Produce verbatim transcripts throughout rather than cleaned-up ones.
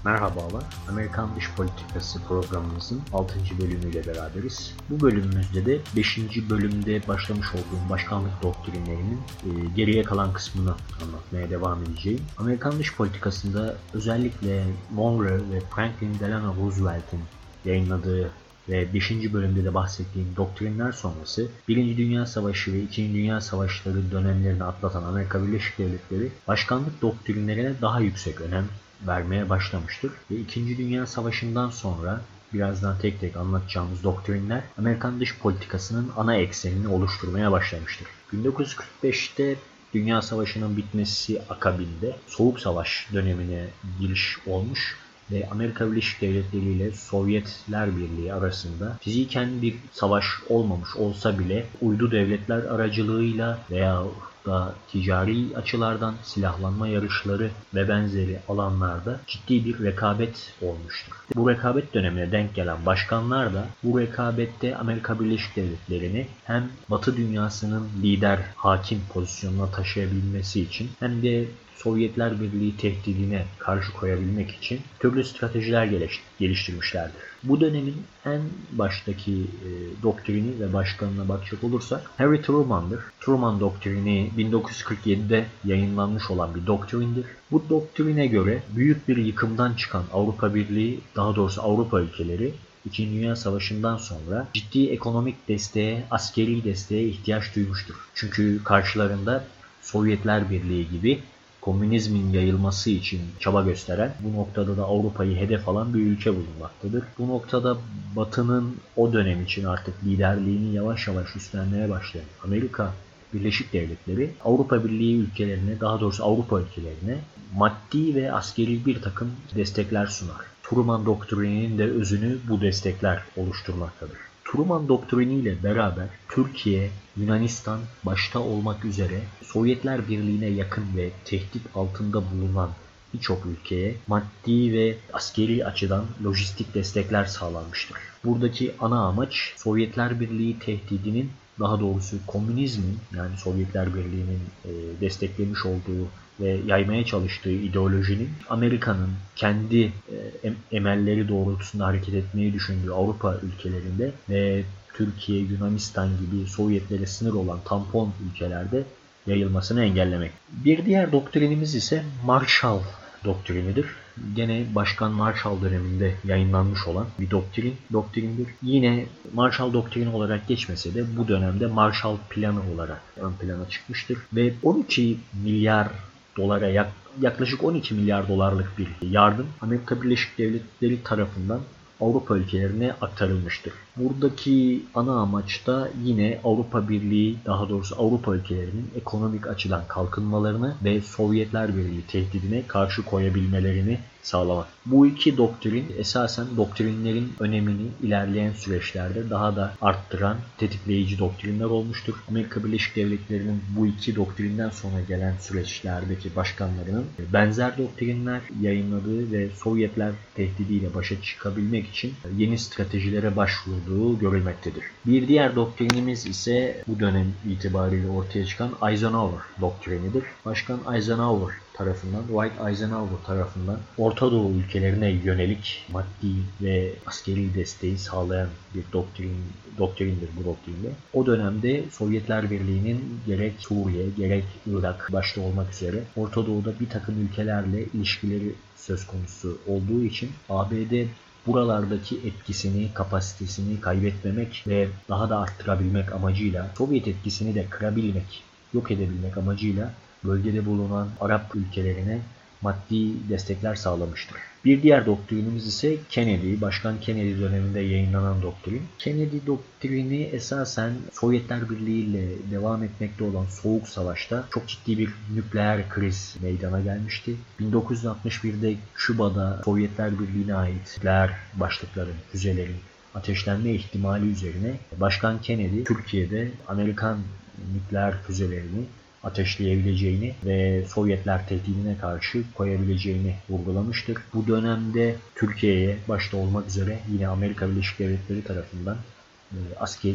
Merhabalar, Amerikan Dış Politikası programımızın altıncı bölümüyle beraberiz. Bu bölümümüzde de beşinci bölümde başlamış olduğum başkanlık doktrinlerinin e, geriye kalan kısmını anlatmaya devam edeceğim. Amerikan dış politikasında özellikle Monroe ve Franklin Delano Roosevelt'in yayınladığı ve beşinci bölümde de bahsettiğim doktrinler sonrası Birinci Dünya Savaşı ve İkinci Dünya Savaşları dönemlerini atlatan Amerika Birleşik Devletleri başkanlık doktrinlerine daha yüksek önem vermeye başlamıştır. Ve İkinci Dünya Savaşı'ndan sonra birazdan tek tek anlatacağımız doktrinler Amerikan dış politikasının ana eksenini oluşturmaya başlamıştır. bin dokuz yüz kırk beşte Dünya Savaşı'nın bitmesi akabinde Soğuk Savaş dönemine giriş olmuş ve Amerika Birleşik Devletleri ile Sovyetler Birliği arasında fiziken bir savaş olmamış olsa bile uydu devletler aracılığıyla veya da ticari açılardan silahlanma yarışları ve benzeri alanlarda ciddi bir rekabet olmuştur. Bu rekabet dönemine denk gelen başkanlar da bu rekabette Amerika Birleşik Devletleri'ni hem Batı dünyasının lider, hakim pozisyonuna taşıyabilmesi için hem de Sovyetler Birliği tehdidine karşı koyabilmek için türlü stratejiler geliştirmişlerdir. Bu dönemin en baştaki e, doktrini ve başkanına bakacak olursak Harry Truman'dır. Truman doktrini bin dokuz yüz kırk yedide yayınlanmış olan bir doktrindir. Bu doktrine göre büyük bir yıkımdan çıkan Avrupa Birliği, daha doğrusu Avrupa ülkeleri İkinci Dünya Savaşı'ndan sonra ciddi ekonomik desteğe, askeri desteğe ihtiyaç duymuştur. Çünkü karşılarında Sovyetler Birliği gibi komünizmin yayılması için çaba gösteren, bu noktada da Avrupa'yı hedef alan bir ülke bulunmaktadır. Bu noktada Batı'nın o dönem için artık liderliğini yavaş yavaş üstlenmeye başlayan Amerika Birleşik Devletleri, Avrupa Birliği ülkelerine, daha doğrusu Avrupa ülkelerine maddi ve askeri bir takım destekler sunar. Truman doktrininin de özünü bu destekler oluşturmaktadır. Truman doktriniyle beraber Türkiye, Yunanistan başta olmak üzere Sovyetler Birliği'ne yakın ve tehdit altında bulunan birçok ülkeye maddi ve askeri açıdan lojistik destekler sağlanmıştır. Buradaki ana amaç Sovyetler Birliği tehdidinin, daha doğrusu komünizmin, yani Sovyetler Birliği'nin desteklemiş olduğu ve yaymaya çalıştığı ideolojinin Amerika'nın kendi emelleri doğrultusunda hareket etmeyi düşündüğü Avrupa ülkelerinde ve Türkiye, Yunanistan gibi Sovyetlere sınır olan tampon ülkelerde yayılmasını engellemek. Bir diğer doktrinimiz ise Marshall doktrinidir. Gene Başkan Marshall döneminde yayınlanmış olan bir doktrin, doktrindir. Yine Marshall doktrini olarak geçmese de bu dönemde Marshall Planı olarak ön plana çıkmıştır. Ve on iki milyar dolara, yaklaşık on iki milyar dolarlık bir yardım Amerika Birleşik Devletleri tarafından Avrupa ülkelerine aktarılmıştır. Buradaki ana amaç da yine Avrupa Birliği, daha doğrusu Avrupa ülkelerinin ekonomik açıdan kalkınmalarını ve Sovyetler Birliği tehdidine karşı koyabilmelerini sağlamak. Bu iki doktrin esasen doktrinlerin önemini ilerleyen süreçlerde daha da arttıran tetikleyici doktrinler olmuştur. Amerika Birleşik Devletleri'nin bu iki doktrinden sonra gelen süreçlerdeki başkanlarının benzer doktrinler yayınladığı ve Sovyetler tehdidiyle başa çıkabilmek için yeni stratejilere başvurduğu görülmektedir. Bir diğer doktrinimiz ise bu dönem itibariyle ortaya çıkan Eisenhower doktrinidir. Başkan Eisenhower tarafından, Dwight Eisenhower tarafından Orta Doğu ülkelerine yönelik maddi ve askeri desteği sağlayan bir doktrin, doktrindir bu doktrinde. O dönemde Sovyetler Birliği'nin gerek Suriye, gerek Irak başta olmak üzere Orta Doğu'da bir takım ülkelerle ilişkileri söz konusu olduğu için A B D buralardaki etkisini, kapasitesini kaybetmemek ve daha da arttırabilmek amacıyla, Sovyet etkisini de kırabilmek, yok edebilmek amacıyla bölgede bulunan Arap ülkelerine maddi destekler sağlamıştır. Bir diğer doktrinimiz ise Kennedy, Başkan Kennedy döneminde yayınlanan doktrin. Kennedy doktrini esasen Sovyetler Birliği ile devam etmekte olan Soğuk Savaş'ta çok ciddi bir nükleer kriz meydana gelmişti. bin dokuz yüz altmış birde Küba'da Sovyetler Birliği'ne ait nükleer başlıkların, füzelerin ateşlenme ihtimali üzerine Başkan Kennedy Türkiye'de Amerikan nükleer füzelerini ateşleyebileceğini ve Sovyetler tehdidine karşı koyabileceğini vurgulamıştır. Bu dönemde Türkiye'ye başta olmak üzere yine Amerika Birleşik Devletleri tarafından e, askeri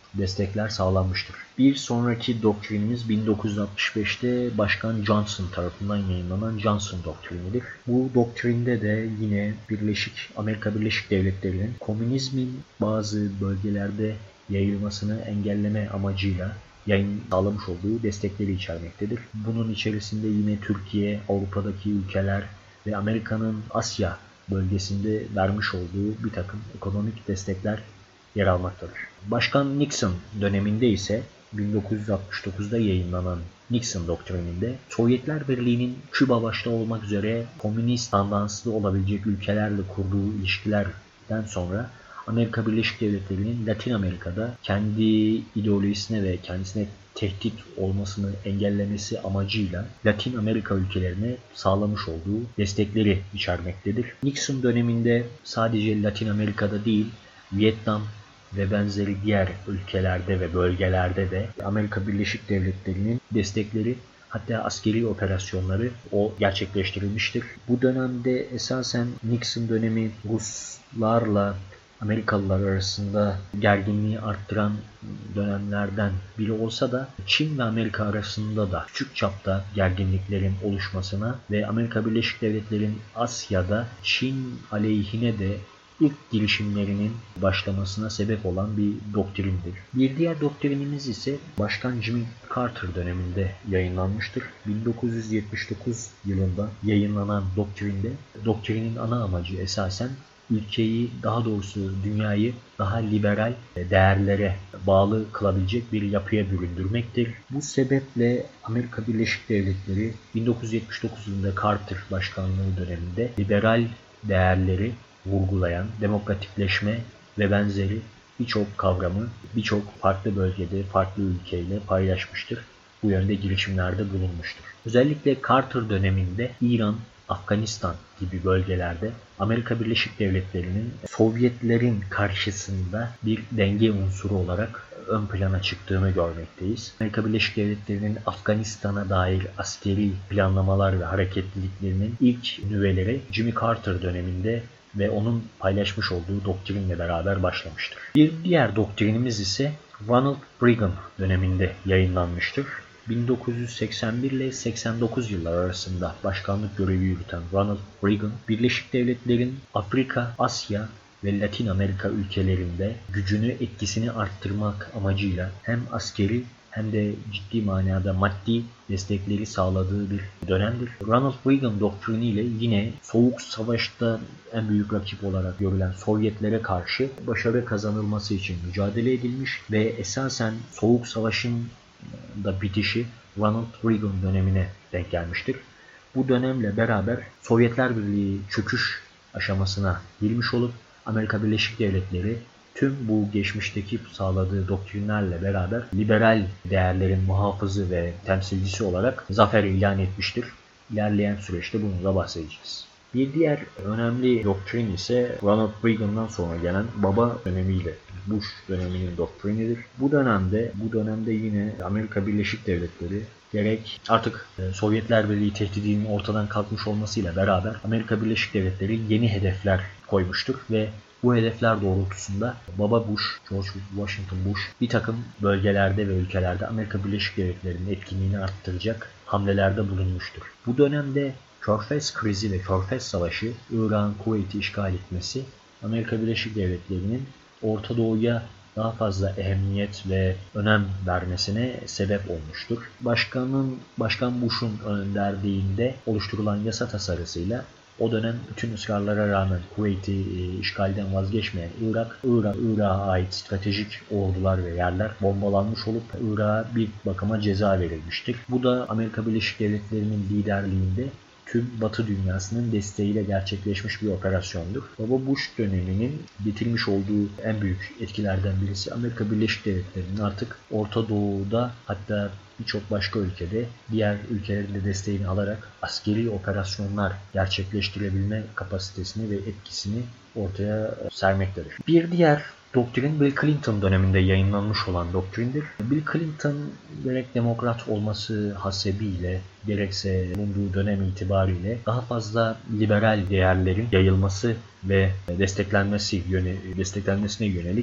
destekler sağlanmıştır. Bir sonraki doktrinimiz bin dokuz yüz altmış beşte Başkan Johnson tarafından yayınlanan Johnson doktrinidir. Bu doktrinde de yine Birleşik Amerika Birleşik Devletleri'nin komünizmin bazı bölgelerde yayılmasını engelleme amacıyla yayın sağlamış olduğu destekleri içermektedir. Bunun içerisinde yine Türkiye, Avrupa'daki ülkeler ve Amerika'nın Asya bölgesinde vermiş olduğu bir takım ekonomik destekler yer almaktadır. Başkan Nixon döneminde ise bin dokuz yüz altmış dokuzda yayınlanan Nixon doktrininde Sovyetler Birliği'nin Küba başta olmak üzere komünist tendanslı olabilecek ülkelerle kurduğu ilişkilerden sonra Amerika Birleşik Devletleri'nin Latin Amerika'da kendi ideolojisine ve kendisine tehdit olmasını engellemesi amacıyla Latin Amerika ülkelerine sağlamış olduğu destekleri içermektedir. Nixon döneminde sadece Latin Amerika'da değil, Vietnam ve benzeri diğer ülkelerde ve bölgelerde de Amerika Birleşik Devletleri'nin destekleri, hatta askeri operasyonları o gerçekleştirilmiştir. Bu dönemde esasen Nixon dönemi Ruslarla Amerikalılar arasında gerginliği arttıran dönemlerden biri olsa da Çin ve Amerika arasında da küçük çapta gerginliklerin oluşmasına ve Amerika Birleşik Devletleri'nin Asya'da Çin aleyhine de ilk girişimlerinin başlamasına sebep olan bir doktrindir. Bir diğer doktrinimiz ise Başkan Jimmy Carter döneminde yayınlanmıştır. bin dokuz yüz yetmiş dokuz yılında yayınlanan doktrinde, doktrinin ana amacı esasen ülkeyi, daha doğrusu dünyayı daha liberal değerlere bağlı kılabilecek bir yapıya büründürmektir. Bu sebeple Amerika Birleşik Devletleri bin dokuz yüz yetmiş dokuz yılında Carter başkanlığı döneminde liberal değerleri vurgulayan demokratikleşme ve benzeri birçok kavramı birçok farklı bölgede, farklı ülkeyle paylaşmıştır. Bu yönde girişimlerde bulunmuştur. Özellikle Carter döneminde İran, Afganistan gibi bölgelerde Amerika Birleşik Devletleri'nin Sovyetlerin karşısında bir denge unsuru olarak ön plana çıktığını görmekteyiz. Amerika Birleşik Devletleri'nin Afganistan'a dair askeri planlamalar ve hareketliliklerinin ilk nüveleri Jimmy Carter döneminde ve onun paylaşmış olduğu doktrinle beraber başlamıştır. Bir diğer doktrinimiz ise Ronald Reagan döneminde yayınlanmıştır. bin dokuz yüz seksen bir ile seksen dokuz yıllar arasında başkanlık görevi yürüten Ronald Reagan, Birleşik Devletler'in Afrika, Asya ve Latin Amerika ülkelerinde gücünü, etkisini arttırmak amacıyla hem askeri hem de ciddi manada maddi destekleri sağladığı bir dönemdir. Ronald Reagan doktriniyle yine Soğuk Savaş'ta en büyük rakip olarak görülen Sovyetlere karşı başarı kazanılması için mücadele edilmiş ve esasen Soğuk Savaş'ın da bitişi Ronald Reagan dönemine denk gelmiştir. Bu dönemle beraber Sovyetler Birliği çöküş aşamasına girmiş olup Amerika Birleşik Devletleri tüm bu geçmişteki sağladığı doktrinlerle beraber liberal değerlerin muhafızı ve temsilcisi olarak zafer ilan etmiştir. İlerleyen süreçte bunu da bahsedeceğiz. Bir diğer önemli doktrin ise Ronald Reagan'dan sonra gelen baba dönemiyle Bush döneminin doktrinidir. Bu dönemde bu dönemde yine Amerika Birleşik Devletleri gerek artık Sovyetler Birliği tehdidinin ortadan kalkmış olmasıyla beraber Amerika Birleşik Devletleri yeni hedefler koymuştur ve bu hedefler doğrultusunda baba Bush, George Washington Bush bir takım bölgelerde ve ülkelerde Amerika Birleşik Devletleri'nin etkinliğini arttıracak hamlelerde bulunmuştur. Bu dönemde Körfez krizi ve Körfez Savaşı, İran, Kuveyt'i işgal etmesi, Amerika Birleşik Devletleri'nin Orta Doğu'ya daha fazla ehemmiyet ve önem vermesine sebep olmuştur. Başkanın, Başkan Bush'un önderliğinde oluşturulan yasa tasarısıyla o dönem bütün ısrarlara rağmen Kuveyt'i e, işgalden vazgeçmeyen Irak, Irak, Irak'a ait stratejik ordular ve yerler bombalanmış olup Irak'a bir bakıma ceza verilmiştir. Bu da Amerika Birleşik Devletleri'nin liderliğinde tüm Batı dünyasının desteğiyle gerçekleşmiş bir operasyondur. Baba Bush döneminin getirmiş olduğu en büyük etkilerden birisi Amerika Birleşik Devletleri'nin artık Orta Doğu'da, hatta birçok başka ülkede diğer ülkelerin de desteğini alarak askeri operasyonlar gerçekleştirebilme kapasitesini ve etkisini ortaya sermektedir. Bir diğer doktrin Bill Clinton döneminde yayınlanmış olan doktrindir. Bill Clinton gerek demokrat olması hasebiyle gerekse bulunduğu dönem itibariyle daha fazla liberal değerlerin yayılması ve desteklenmesi yöne, desteklenmesine yönelik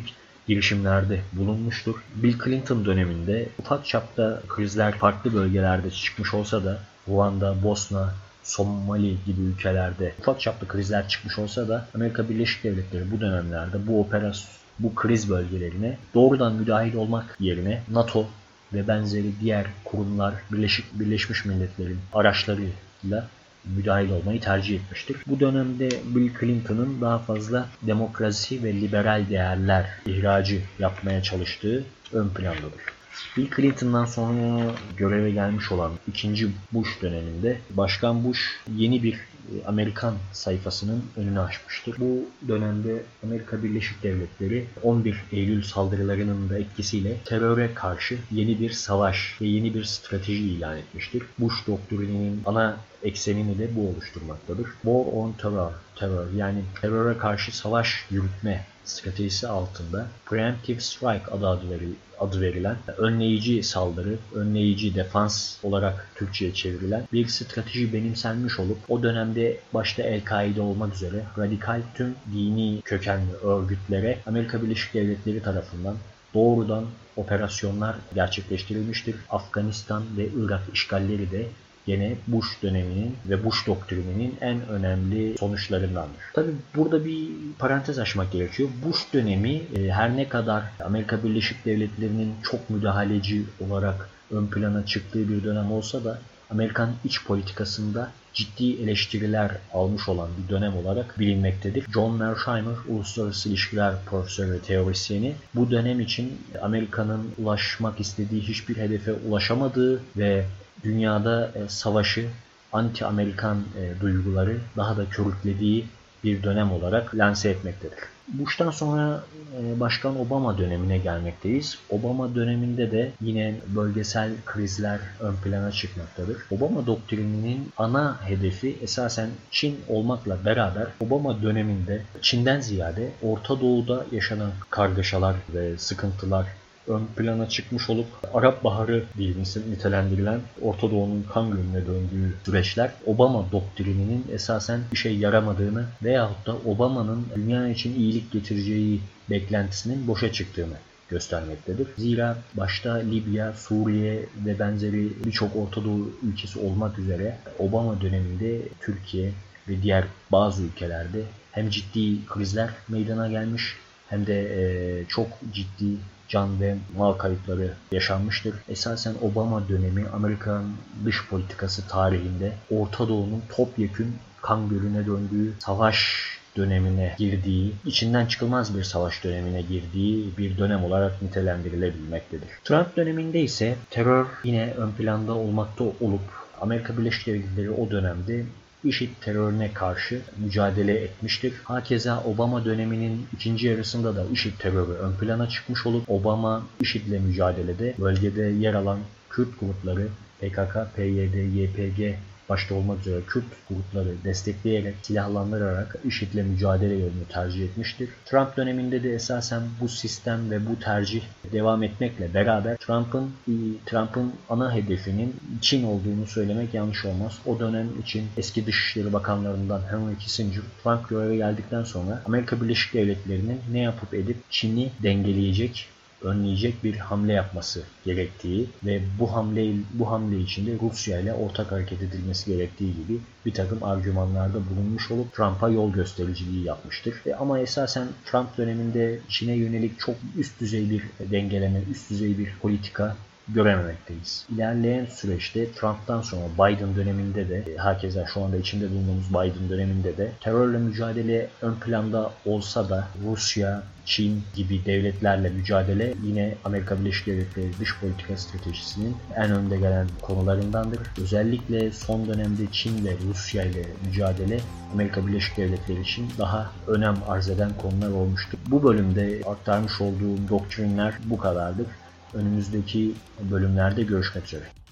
girişimlerde bulunmuştur. Bill Clinton döneminde ufak çapta krizler farklı bölgelerde çıkmış olsa da Ruanda, Bosna, Somali gibi ülkelerde ufak çaplı krizler çıkmış olsa da Amerika Birleşik Devletleri bu dönemlerde bu operasyon, bu kriz bölgelerine doğrudan müdahil olmak yerine NATO ve benzeri diğer kurumlar, Birleşik Birleşmiş Milletler'in araçlarıyla müdahil olmayı tercih etmiştir. Bu dönemde Bill Clinton'ın daha fazla demokrasi ve liberal değerler ihracı yapmaya çalıştığı ön plandadır. Bill Clinton'dan sonra göreve gelmiş olan ikinci Bush döneminde Başkan Bush yeni bir Amerikan sayfasının önünü açmıştır. Bu dönemde Amerika Birleşik Devletleri on bir Eylül saldırılarının da etkisiyle teröre karşı yeni bir savaş ve yeni bir strateji ilan etmiştir. Bush doktrininin ana eksenini de bu oluşturmaktadır. War on Terror, terror yani teröre karşı savaş yürütme stratejisi altında Preemptive Strike adı, adı, veri, adı verilen önleyici saldırı, önleyici defans olarak Türkçe'ye çevrilen bir strateji benimsenmiş olup o dönemde başta El-Kaide olmak üzere radikal tüm dini kökenli örgütlere Amerika Birleşik Devletleri tarafından doğrudan operasyonlar gerçekleştirilmiştir. Afganistan ve Irak işgalleri de yine Bush döneminin ve Bush doktrininin en önemli sonuçlarındandır. Tabi burada bir parantez açmak gerekiyor. Bush dönemi her ne kadar Amerika Birleşik Devletleri'nin çok müdahaleci olarak ön plana çıktığı bir dönem olsa da Amerikan iç politikasında ciddi eleştiriler almış olan bir dönem olarak bilinmektedir. John Mearsheimer, uluslararası ilişkiler profesörü ve teorisyeni, bu dönem için Amerika'nın ulaşmak istediği hiçbir hedefe ulaşamadığı ve dünyada savaşı, anti-Amerikan duyguları daha da körüklediği bir dönem olarak lanse etmektedir. Bush'tan sonra Başkan Obama dönemine gelmekteyiz. Obama döneminde de yine bölgesel krizler ön plana çıkmaktadır. Obama doktrininin ana hedefi esasen Çin olmakla beraber Obama döneminde Çin'den ziyade Orta Doğu'da yaşanan kargaşalar ve sıkıntılar ön plana çıkmış olup Arap Baharı diye nitelendirilen Orta Doğu'nun kan gölüne döndüğü süreçler Obama doktrininin esasen bir şey yaramadığını veyahut da Obama'nın dünya için iyilik getireceği beklentisinin boşa çıktığını göstermektedir. Zira başta Libya, Suriye ve benzeri birçok Orta Doğu ülkesi olmak üzere Obama döneminde Türkiye ve diğer bazı ülkelerde hem ciddi krizler meydana gelmiş hem de çok ciddi can ve mal kayıpları yaşanmıştır. Esasen Obama dönemi Amerikan dış politikası tarihinde Orta Doğu'nun topyekün kan gölüne döndüğü, savaş dönemine girdiği, içinden çıkılmaz bir savaş dönemine girdiği bir dönem olarak nitelendirilebilmektedir. Trump döneminde ise terör yine ön planda olmakta olup Amerika Birleşik Devletleri o dönemde IŞİD terörüne karşı mücadele etmiştir. Hakeza Obama döneminin ikinci yarısında da IŞİD terörü ön plana çıkmış olup Obama IŞİD'le mücadelede bölgede yer alan Kürt grupları P K K, P Y D, Y P G başta olmak üzere Kürt grupları destekleyerek, silahlandırarak IŞİD'le mücadele yolunu tercih etmiştir. Trump döneminde de esasen bu sistem ve bu tercih devam etmekle beraber Trump'ın Trump'ın ana hedefinin Çin olduğunu söylemek yanlış olmaz. O dönem için eski Dışişleri Bakanlarından Henry Kissinger, Trump göreve geldikten sonra Amerika Birleşik Devletleri'nin ne yapıp edip Çin'i dengeleyecek, önleyecek bir hamle yapması gerektiği ve bu hamle bu hamle içinde Rusya ile ortak hareket edilmesi gerektiği gibi bir takım argümanlarda bulunmuş olup Trump'a yol göstericiliği yapmıştır. E ama esasen Trump döneminde Çin'e yönelik çok üst düzey bir dengeleme, üst düzey bir politika görememekteyiz. İlerleyen süreçte Trump'tan sonra Biden döneminde de hakeza şu anda içinde bulunduğumuz Biden döneminde de terörle mücadele ön planda olsa da Rusya, Çin gibi devletlerle mücadele yine Amerika Birleşik Devletleri dış politika stratejisinin en önde gelen konularındandır. Özellikle son dönemde Çin ve Rusya ile mücadele Amerika Birleşik Devletleri için daha önem arz eden konular olmuştur. Bu bölümde aktarmış olduğum doktrinler bu kadardır. Önümüzdeki bölümlerde görüşmek üzere.